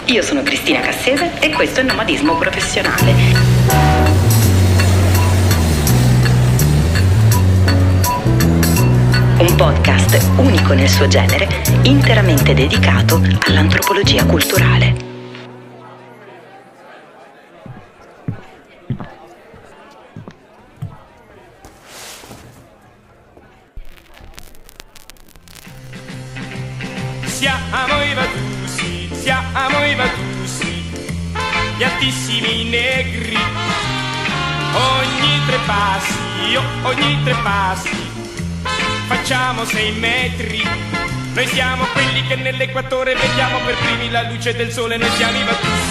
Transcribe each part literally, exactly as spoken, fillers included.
Io sono Cristina Cassese e questo è Nomadismo Professionale. Un podcast unico nel suo genere, interamente dedicato all'antropologia culturale. Siamo i Vatussi, siamo i Vatussi, gli altissimi negri. Ogni tre passi, oh, ogni tre passi, facciamo sei metri. Noi siamo quelli che nell'equatore vediamo per primi la luce del sole, noi siamo i Vatussi.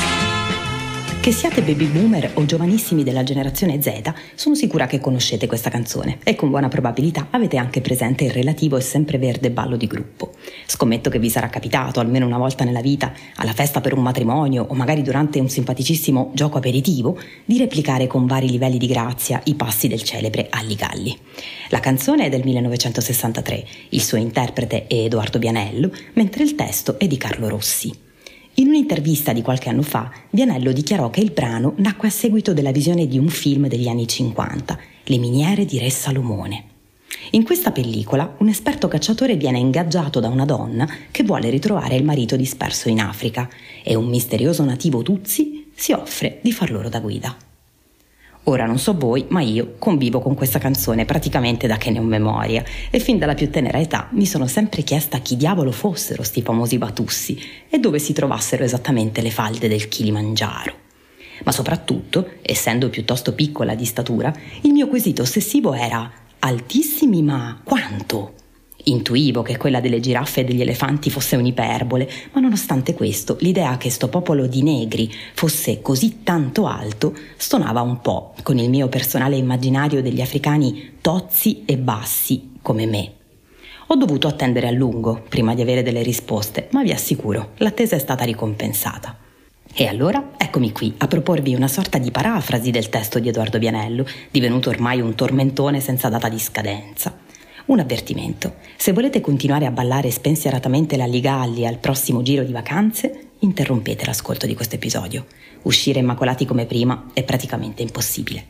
Che siate baby boomer o giovanissimi della generazione Z, sono sicura che conoscete questa canzone e con buona probabilità avete anche presente il relativo e sempreverde ballo di gruppo. Scommetto che vi sarà capitato almeno una volta nella vita, alla festa per un matrimonio o magari durante un simpaticissimo gioco aperitivo, di replicare con vari livelli di grazia i passi del celebre Alli Galli. La canzone è del millenovecentosessantatré, il suo interprete è Edoardo Vianello, mentre il testo è di Carlo Rossi. In un'intervista di qualche anno fa, Vianello dichiarò che il brano nacque a seguito della visione di un film degli anni cinquanta, Le miniere di Re Salomone. In questa pellicola, un esperto cacciatore viene ingaggiato da una donna che vuole ritrovare il marito disperso in Africa e un misterioso nativo Tutsi si offre di far loro da guida. Ora non so voi, ma io convivo con questa canzone praticamente da che ne ho memoria e fin dalla più tenera età mi sono sempre chiesta chi diavolo fossero sti famosi Vatussi e dove si trovassero esattamente le falde del Kilimangiaro. Ma soprattutto, essendo piuttosto piccola di statura, il mio quesito ossessivo era: altissimi ma quanto? Intuivo che quella delle giraffe e degli elefanti fosse un'iperbole, ma nonostante questo l'idea che sto popolo di negri fosse così tanto alto stonava un po' con il mio personale immaginario degli africani tozzi e bassi come me. Ho dovuto attendere a lungo prima di avere delle risposte, ma vi assicuro, l'attesa è stata ricompensata. E allora eccomi qui a proporvi una sorta di parafrasi del testo di Edoardo Vianello, divenuto ormai un tormentone senza data di scadenza. Un avvertimento: se volete continuare a ballare spensieratamente l'Alli Galli al prossimo giro di vacanze, interrompete l'ascolto di questo episodio. Uscire immacolati come prima è praticamente impossibile.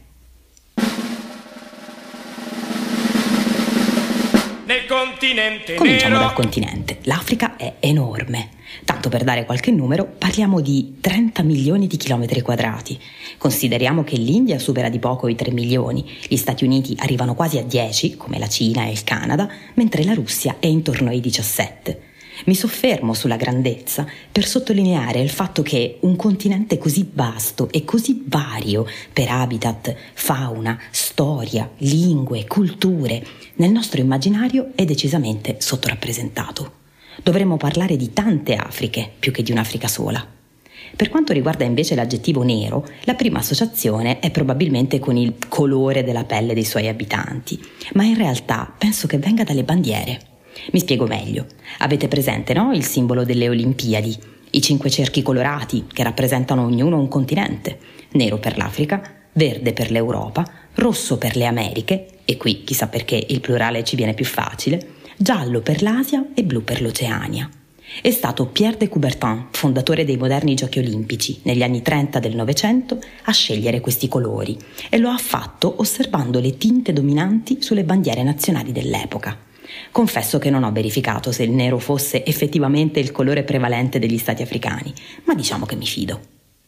Nel continente Cominciamo nero. dal continente. L'Africa è enorme. Tanto per dare qualche numero, parliamo di trenta milioni di chilometri quadrati. Consideriamo che l'India supera di poco i tre milioni, gli Stati Uniti arrivano quasi a dieci, come la Cina e il Canada, mentre la Russia è intorno ai diciassette. Mi soffermo sulla grandezza per sottolineare il fatto che un continente così vasto e così vario per habitat, fauna, storia, lingue, culture, nel nostro immaginario è decisamente sottorappresentato. Dovremmo parlare di tante Afriche più che di un'Africa sola. Per quanto riguarda invece l'aggettivo nero, la prima associazione è probabilmente con il colore della pelle dei suoi abitanti, ma in realtà penso che venga dalle bandiere. Mi spiego meglio. Avete presente, no? Il simbolo delle Olimpiadi, i cinque cerchi colorati che rappresentano ognuno un continente, nero per l'Africa, verde per l'Europa, rosso per le Americhe, e qui chissà perché il plurale ci viene più facile, giallo per l'Asia e blu per l'Oceania. È stato Pierre de Coubertin, fondatore dei moderni Giochi Olimpici, negli anni trenta del Novecento, a scegliere questi colori e lo ha fatto osservando le tinte dominanti sulle bandiere nazionali dell'epoca. Confesso che non ho verificato se il nero fosse effettivamente il colore prevalente degli stati africani, ma diciamo che mi fido.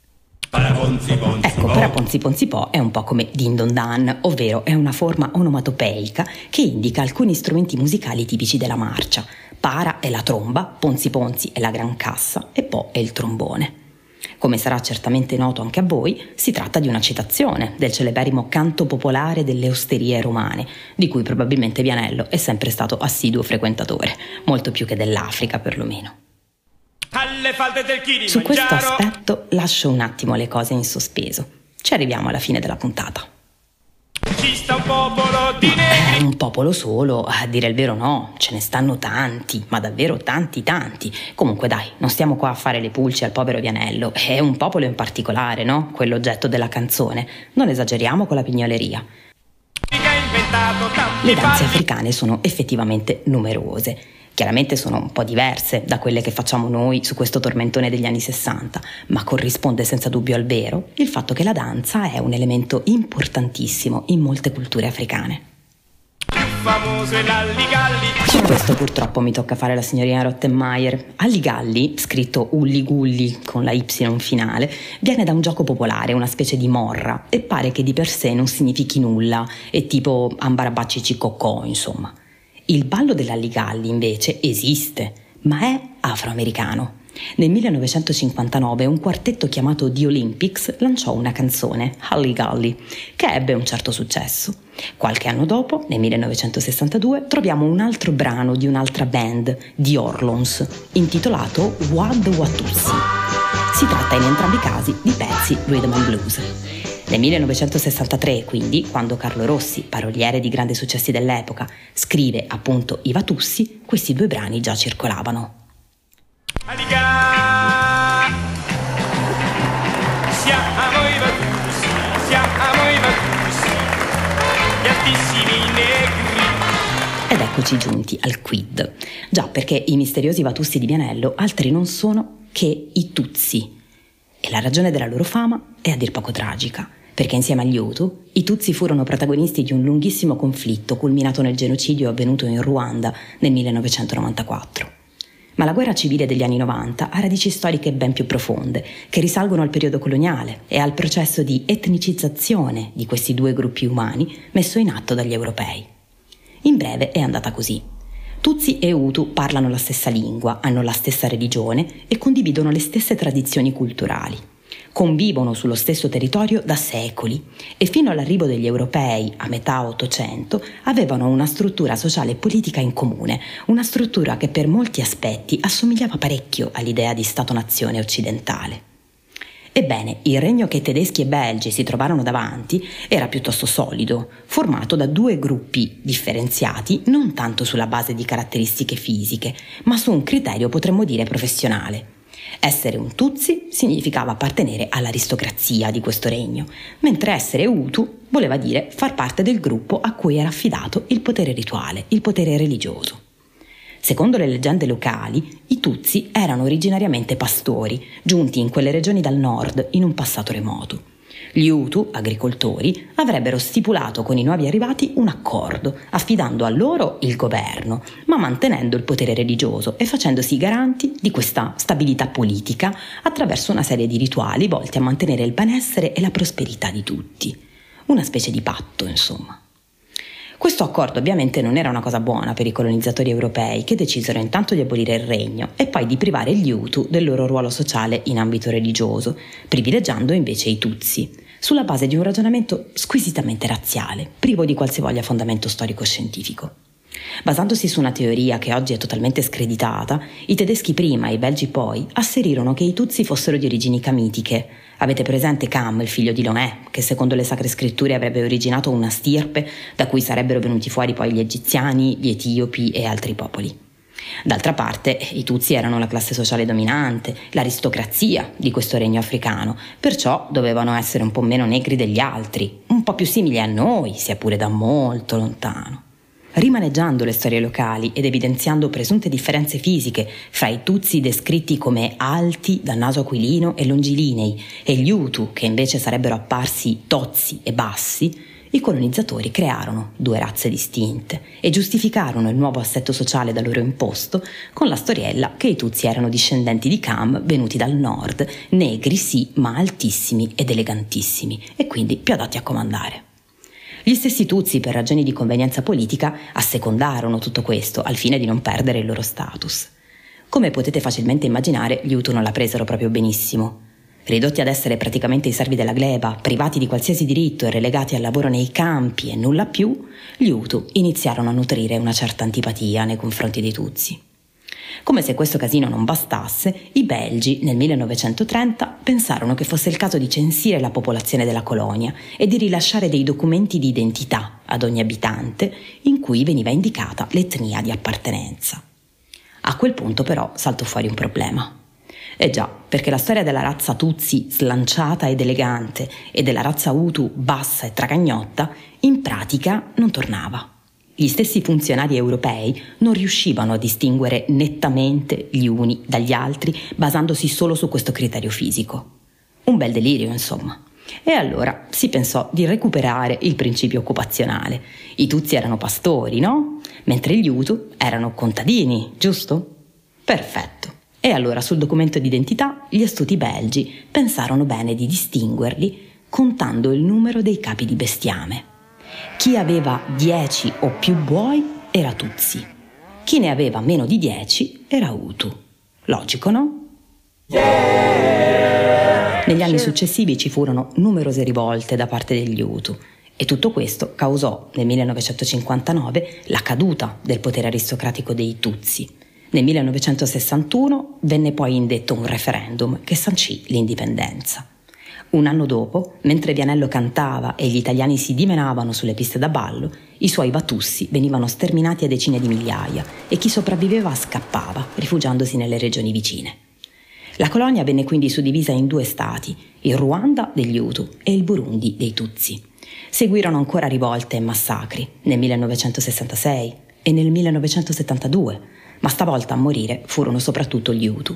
Ecco, para Ponzi Ponzi Po è un po' come Din Don Dan, ovvero è una forma onomatopeica che indica alcuni strumenti musicali tipici della marcia. Para è la tromba, Ponzi Ponzi è la gran cassa e Po è il trombone. Come sarà certamente noto anche a voi, si tratta di una citazione del celeberrimo canto popolare delle osterie romane, di cui probabilmente Vianello è sempre stato assiduo frequentatore, molto più che dell'Africa perlomeno. Alle falde del Kilimangiaro. Su questo aspetto lascio un attimo le cose in sospeso. Ci arriviamo alla fine della puntata. Ci sta un popolo di negri. Eh, un popolo solo, a dire il vero no, ce ne stanno tanti, ma davvero tanti tanti. Comunque dai, non stiamo qua a fare le pulci al povero Vianello, è un popolo in particolare, no? Quell'oggetto della canzone. Non esageriamo con la pignoleria. Che ha inventato tanti Le danze balli. africane sono effettivamente numerose. Chiaramente sono un po' diverse da quelle che facciamo noi su questo tormentone degli anni sessanta, ma corrisponde senza dubbio al vero il fatto che la danza è un elemento importantissimo in molte culture africane. Famoso è l'Alligalli. Su questo purtroppo mi tocca fare la signorina Rottenmeier. Alligalli, scritto Ulligulli con la Y finale, viene da un gioco popolare, una specie di morra, e pare che di per sé non significhi nulla, è tipo ambarabacci ciccocò, insomma. Il ballo dell'Alligalli invece esiste, ma è afroamericano. Nel millenovecentocinquantanove un quartetto chiamato The Olympics lanciò una canzone, Alligalli, che ebbe un certo successo. Qualche anno dopo, nel millenovecentosessantadue, troviamo un altro brano di un'altra band, The Orlons, intitolato Wad Watusi. Si tratta in entrambi i casi di pezzi rhythm and blues. Nel millenovecentosessantatré, quindi, quando Carlo Rossi, paroliere di grandi successi dell'epoca, scrive appunto I Watussi, questi due brani già circolavano. Aliga, siamo i Watussi, siamo i Watussi, gli altissimi negri. Ed eccoci giunti al quid. Già, perché i misteriosi Watussi di Vianello altri non sono che i Tutsi. E la ragione della loro fama è a dir poco tragica, perché insieme agli Hutu, i Tutsi furono protagonisti di un lunghissimo conflitto culminato nel genocidio avvenuto in Ruanda nel millenovecentonovantaquattro. Ma la guerra civile degli anni novanta ha radici storiche ben più profonde, che risalgono al periodo coloniale e al processo di etnicizzazione di questi due gruppi umani messo in atto dagli europei. In breve è andata così. Tutsi e Hutu parlano la stessa lingua, hanno la stessa religione e condividono le stesse tradizioni culturali. Convivono sullo stesso territorio da secoli e fino all'arrivo degli europei a metà Ottocento avevano una struttura sociale e politica in comune, una struttura che per molti aspetti assomigliava parecchio all'idea di Stato-nazione occidentale. Ebbene, il regno che tedeschi e belgi si trovarono davanti era piuttosto solido, formato da due gruppi differenziati non tanto sulla base di caratteristiche fisiche, ma su un criterio potremmo dire professionale. Essere un Tutsi significava appartenere all'aristocrazia di questo regno, mentre essere Hutu voleva dire far parte del gruppo a cui era affidato il potere rituale, il potere religioso. Secondo le leggende locali, i Tutsi erano originariamente pastori, giunti in quelle regioni dal nord in un passato remoto. Gli Hutu, agricoltori, avrebbero stipulato con i nuovi arrivati un accordo, affidando a loro il governo, ma mantenendo il potere religioso e facendosi garanti di questa stabilità politica attraverso una serie di rituali volti a mantenere il benessere e la prosperità di tutti. Una specie di patto, insomma. Questo accordo ovviamente non era una cosa buona per i colonizzatori europei, che decisero intanto di abolire il regno e poi di privare gli Hutu del loro ruolo sociale in ambito religioso, privilegiando invece i Tutsi, sulla base di un ragionamento squisitamente razziale, privo di qualsivoglia fondamento storico-scientifico. Basandosi su una teoria che oggi è totalmente screditata, i tedeschi prima e i belgi poi asserirono che i Tutsi fossero di origini camitiche. Avete presente Cam, il figlio di Noè, che secondo le sacre scritture avrebbe originato una stirpe da cui sarebbero venuti fuori poi gli egiziani, gli etiopi e altri popoli. D'altra parte, i Tutsi erano la classe sociale dominante, l'aristocrazia di questo regno africano, perciò dovevano essere un po' meno negri degli altri, un po' più simili a noi, sia pure da molto lontano. Rimaneggiando le storie locali ed evidenziando presunte differenze fisiche fra i Tutsi descritti come alti, dal naso aquilino e longilinei, e gli Hutu, che invece sarebbero apparsi tozzi e bassi, i colonizzatori crearono due razze distinte e giustificarono il nuovo assetto sociale da loro imposto con la storiella che i Tutsi erano discendenti di Cam venuti dal nord, negri sì, ma altissimi ed elegantissimi, e quindi più adatti a comandare. Gli stessi Tutsi, per ragioni di convenienza politica, assecondarono tutto questo al fine di non perdere il loro status. Come potete facilmente immaginare, gli Hutu non la presero proprio benissimo. Ridotti ad essere praticamente i servi della gleba, privati di qualsiasi diritto e relegati al lavoro nei campi e nulla più, gli Hutu iniziarono a nutrire una certa antipatia nei confronti dei Tutsi. Come se questo casino non bastasse, i belgi nel millenovecentotrenta pensarono che fosse il caso di censire la popolazione della colonia e di rilasciare dei documenti di identità ad ogni abitante in cui veniva indicata l'etnia di appartenenza. A quel punto però saltò fuori un problema. Eh già, perché la storia della razza Tutsi slanciata ed elegante e della razza Hutu bassa e tracagnotta in pratica non tornava. Gli stessi funzionari europei non riuscivano a distinguere nettamente gli uni dagli altri basandosi solo su questo criterio fisico. Un bel delirio, insomma. E allora si pensò di recuperare il principio occupazionale. I Tutsi erano pastori, no? Mentre gli Hutu erano contadini, giusto? Perfetto. E allora sul documento d'identità gli astuti belgi pensarono bene di distinguerli contando il numero dei capi di bestiame. Chi aveva dieci o più buoi era Tutsi. Chi ne aveva meno di dieci era Hutu. Logico, no? Yeah! Negli anni successivi ci furono numerose rivolte da parte degli Hutu e tutto questo causò nel millenovecentocinquantanove la caduta del potere aristocratico dei Tutsi. Nel millenovecentosessantuno venne poi indetto un referendum che sancì l'indipendenza. Un anno dopo, mentre Vianello cantava e gli italiani si dimenavano sulle piste da ballo, i suoi Vatussi venivano sterminati a decine di migliaia e chi sopravviveva scappava, rifugiandosi nelle regioni vicine. La colonia venne quindi suddivisa in due stati, il Ruanda degli Hutu e il Burundi dei Tutsi. Seguirono ancora rivolte e massacri nel millenovecentosessantasei e nel millenovecentosettantadue, ma stavolta a morire furono soprattutto gli Hutu.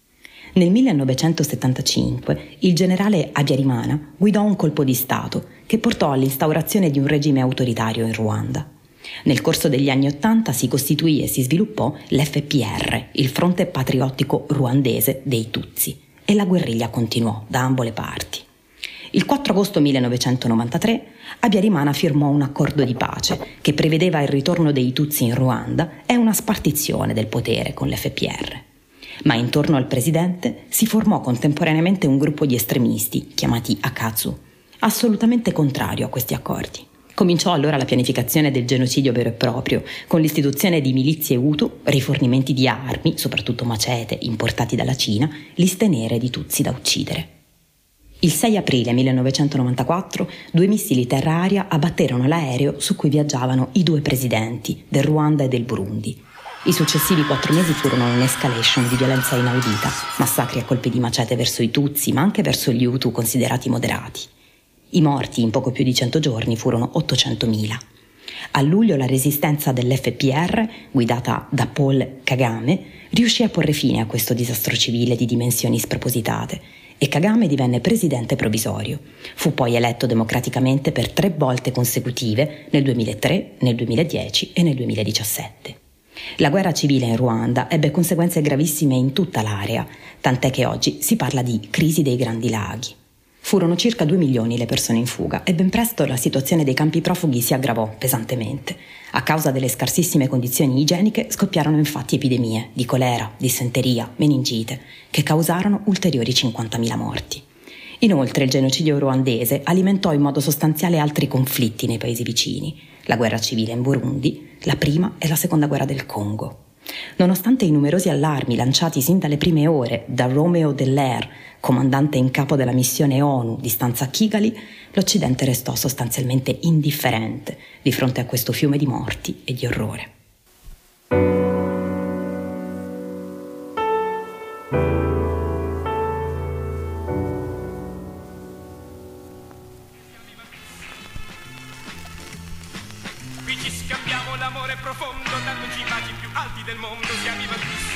Nel millenovecentosettantacinque il generale Habyarimana guidò un colpo di Stato che portò all'instaurazione di un regime autoritario in Ruanda. Nel corso degli anni Ottanta si costituì e si sviluppò l'F P R, il Fronte Patriottico Ruandese dei Tutsi, e la guerriglia continuò da ambo le parti. Il quattro agosto millenovecentonovantatré Habyarimana firmò un accordo di pace che prevedeva il ritorno dei Tutsi in Ruanda e una spartizione del potere con l'F P R. Ma intorno al presidente si formò contemporaneamente un gruppo di estremisti, chiamati Akazu, assolutamente contrario a questi accordi. Cominciò allora la pianificazione del genocidio vero e proprio, con l'istituzione di milizie Hutu, rifornimenti di armi, soprattutto macete, importati dalla Cina, liste nere di Tutsi da uccidere. Il sei aprile millenovecentonovantaquattro due missili terra-aria abbatterono l'aereo su cui viaggiavano i due presidenti, del Ruanda e del Burundi. I successivi quattro mesi furono un'escalation di violenza inaudita, massacri a colpi di macete verso i Tutsi, ma anche verso gli Hutu considerati moderati. I morti in poco più di cento giorni furono ottocentomila. A luglio la resistenza dell'F P R, guidata da Paul Kagame, riuscì a porre fine a questo disastro civile di dimensioni spropositate e Kagame divenne presidente provvisorio. Fu poi eletto democraticamente per tre volte consecutive nel duemilatré, nel duemiladieci e nel duemiladiciassette. La guerra civile in Ruanda ebbe conseguenze gravissime in tutta l'area, tant'è che oggi si parla di crisi dei Grandi Laghi. Furono circa due milioni le persone in fuga e ben presto la situazione dei campi profughi si aggravò pesantemente. A causa delle scarsissime condizioni igieniche scoppiarono infatti epidemie di colera, dissenteria, meningite, che causarono ulteriori cinquantamila morti. Inoltre il genocidio ruandese alimentò in modo sostanziale altri conflitti nei paesi vicini, la guerra civile in Burundi, la prima e la seconda guerra del Congo. Nonostante i numerosi allarmi lanciati sin dalle prime ore da Romeo Dallaire, comandante in capo della missione ONU di stanza a Kigali, l'Occidente restò sostanzialmente indifferente di fronte a questo fiume di morti e di orrore. Qui ci scambiamo l'amore profondo, dandoci i baci più alti del mondo, siamo i Vatussi.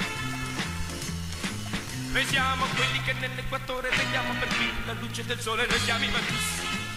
Noi siamo quelli che nell'equatore vediamo per primi la luce del sole, noi siamo i Vatussi.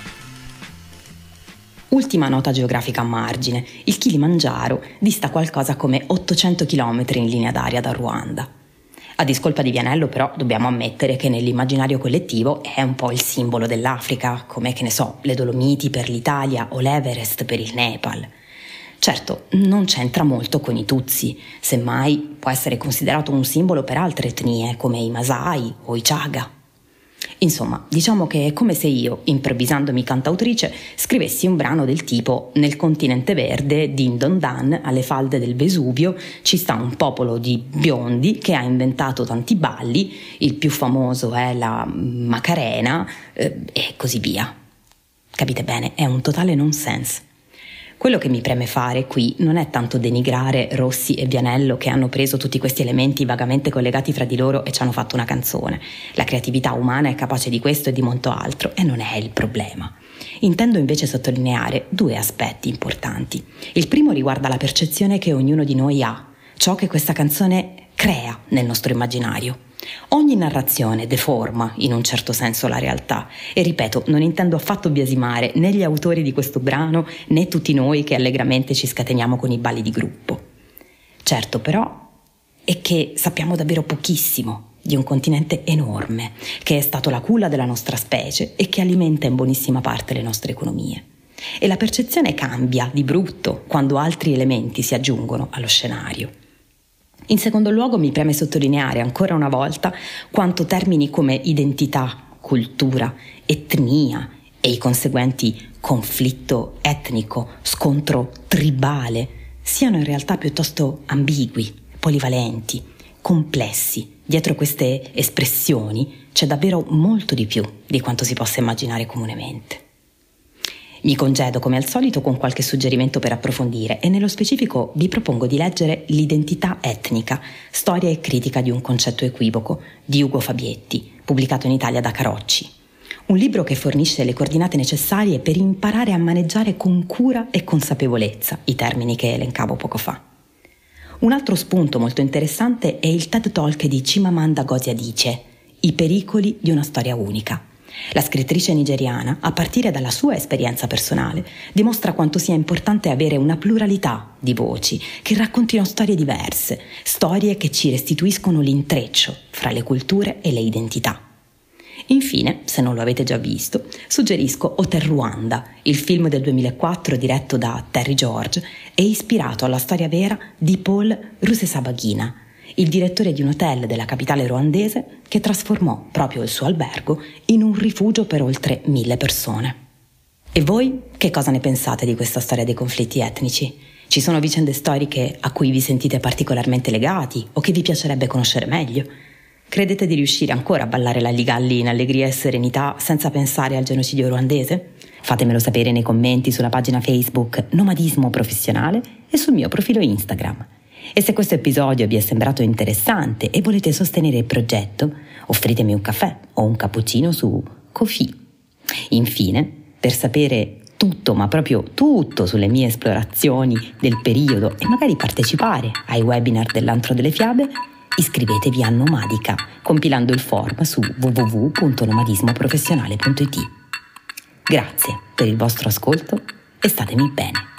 Ultima nota geografica a margine, il Kilimangiaro dista qualcosa come ottocento chilometri in linea d'aria da Ruanda. A discolpa di Vianello però dobbiamo ammettere che nell'immaginario collettivo è un po' il simbolo dell'Africa, come che ne so, le Dolomiti per l'Italia o l'Everest per il Nepal. Certo, non c'entra molto con i Tutsi, semmai può essere considerato un simbolo per altre etnie come i Masai o i Chaga. Insomma, diciamo che è come se io, improvvisandomi cantautrice, scrivessi un brano del tipo «Nel continente verde, din don dan, alle falde del Vesuvio, ci sta un popolo di biondi che ha inventato tanti balli, il più famoso è la Macarena, eh, e così via». Capite bene, è un totale nonsense. Quello che mi preme fare qui non è tanto denigrare Rossi e Vianello che hanno preso tutti questi elementi vagamente collegati fra di loro e ci hanno fatto una canzone. La creatività umana è capace di questo e di molto altro e non è il problema. Intendo invece sottolineare due aspetti importanti. Il primo riguarda la percezione che ognuno di noi ha, ciò che questa canzone crea nel nostro immaginario. Ogni narrazione deforma in un certo senso la realtà e ripeto, non intendo affatto biasimare né gli autori di questo brano né tutti noi che allegramente ci scateniamo con i balli di gruppo. Certo però è che sappiamo davvero pochissimo di un continente enorme che è stato la culla della nostra specie e che alimenta in buonissima parte le nostre economie. E la percezione cambia di brutto quando altri elementi si aggiungono allo scenario. In secondo luogo mi preme sottolineare ancora una volta quanto termini come identità, cultura, etnia e i conseguenti conflitto etnico, scontro tribale siano in realtà piuttosto ambigui, polivalenti, complessi. Dietro queste espressioni c'è davvero molto di più di quanto si possa immaginare comunemente. Mi congedo come al solito con qualche suggerimento per approfondire e nello specifico vi propongo di leggere L'identità etnica, storia e critica di un concetto equivoco di Ugo Fabietti, pubblicato in Italia da Carocci. Un libro che fornisce le coordinate necessarie per imparare a maneggiare con cura e consapevolezza i termini che elencavo poco fa. Un altro spunto molto interessante è il TED Talk di Chimamanda Ngozi Adichie, I pericoli di una storia unica. La scrittrice nigeriana, a partire dalla sua esperienza personale, dimostra quanto sia importante avere una pluralità di voci che raccontino storie diverse, storie che ci restituiscono l'intreccio fra le culture e le identità. Infine, se non lo avete già visto, suggerisco Hotel Rwanda, il film del duemilaquattro diretto da Terry George e ispirato alla storia vera di Paul Rusesabagina, il direttore di un hotel della capitale ruandese che trasformò proprio il suo albergo in un rifugio per oltre mille persone. E voi che cosa ne pensate di questa storia dei conflitti etnici? Ci sono vicende storiche a cui vi sentite particolarmente legati o che vi piacerebbe conoscere meglio? Credete di riuscire ancora a ballare l'Alligalli in allegria e serenità senza pensare al genocidio ruandese? Fatemelo sapere nei commenti sulla pagina Facebook Nomadismo Professionale e sul mio profilo Instagram. E se questo episodio vi è sembrato interessante e volete sostenere il progetto, offritemi un caffè o un cappuccino su Ko-fi. Infine, per sapere tutto, ma proprio tutto sulle mie esplorazioni del periodo e magari partecipare ai webinar dell'Antro delle Fiabe, iscrivetevi a Nomadica compilando il form su w w w punto nomadismo professionale punto i t. Grazie per il vostro ascolto e statemi bene.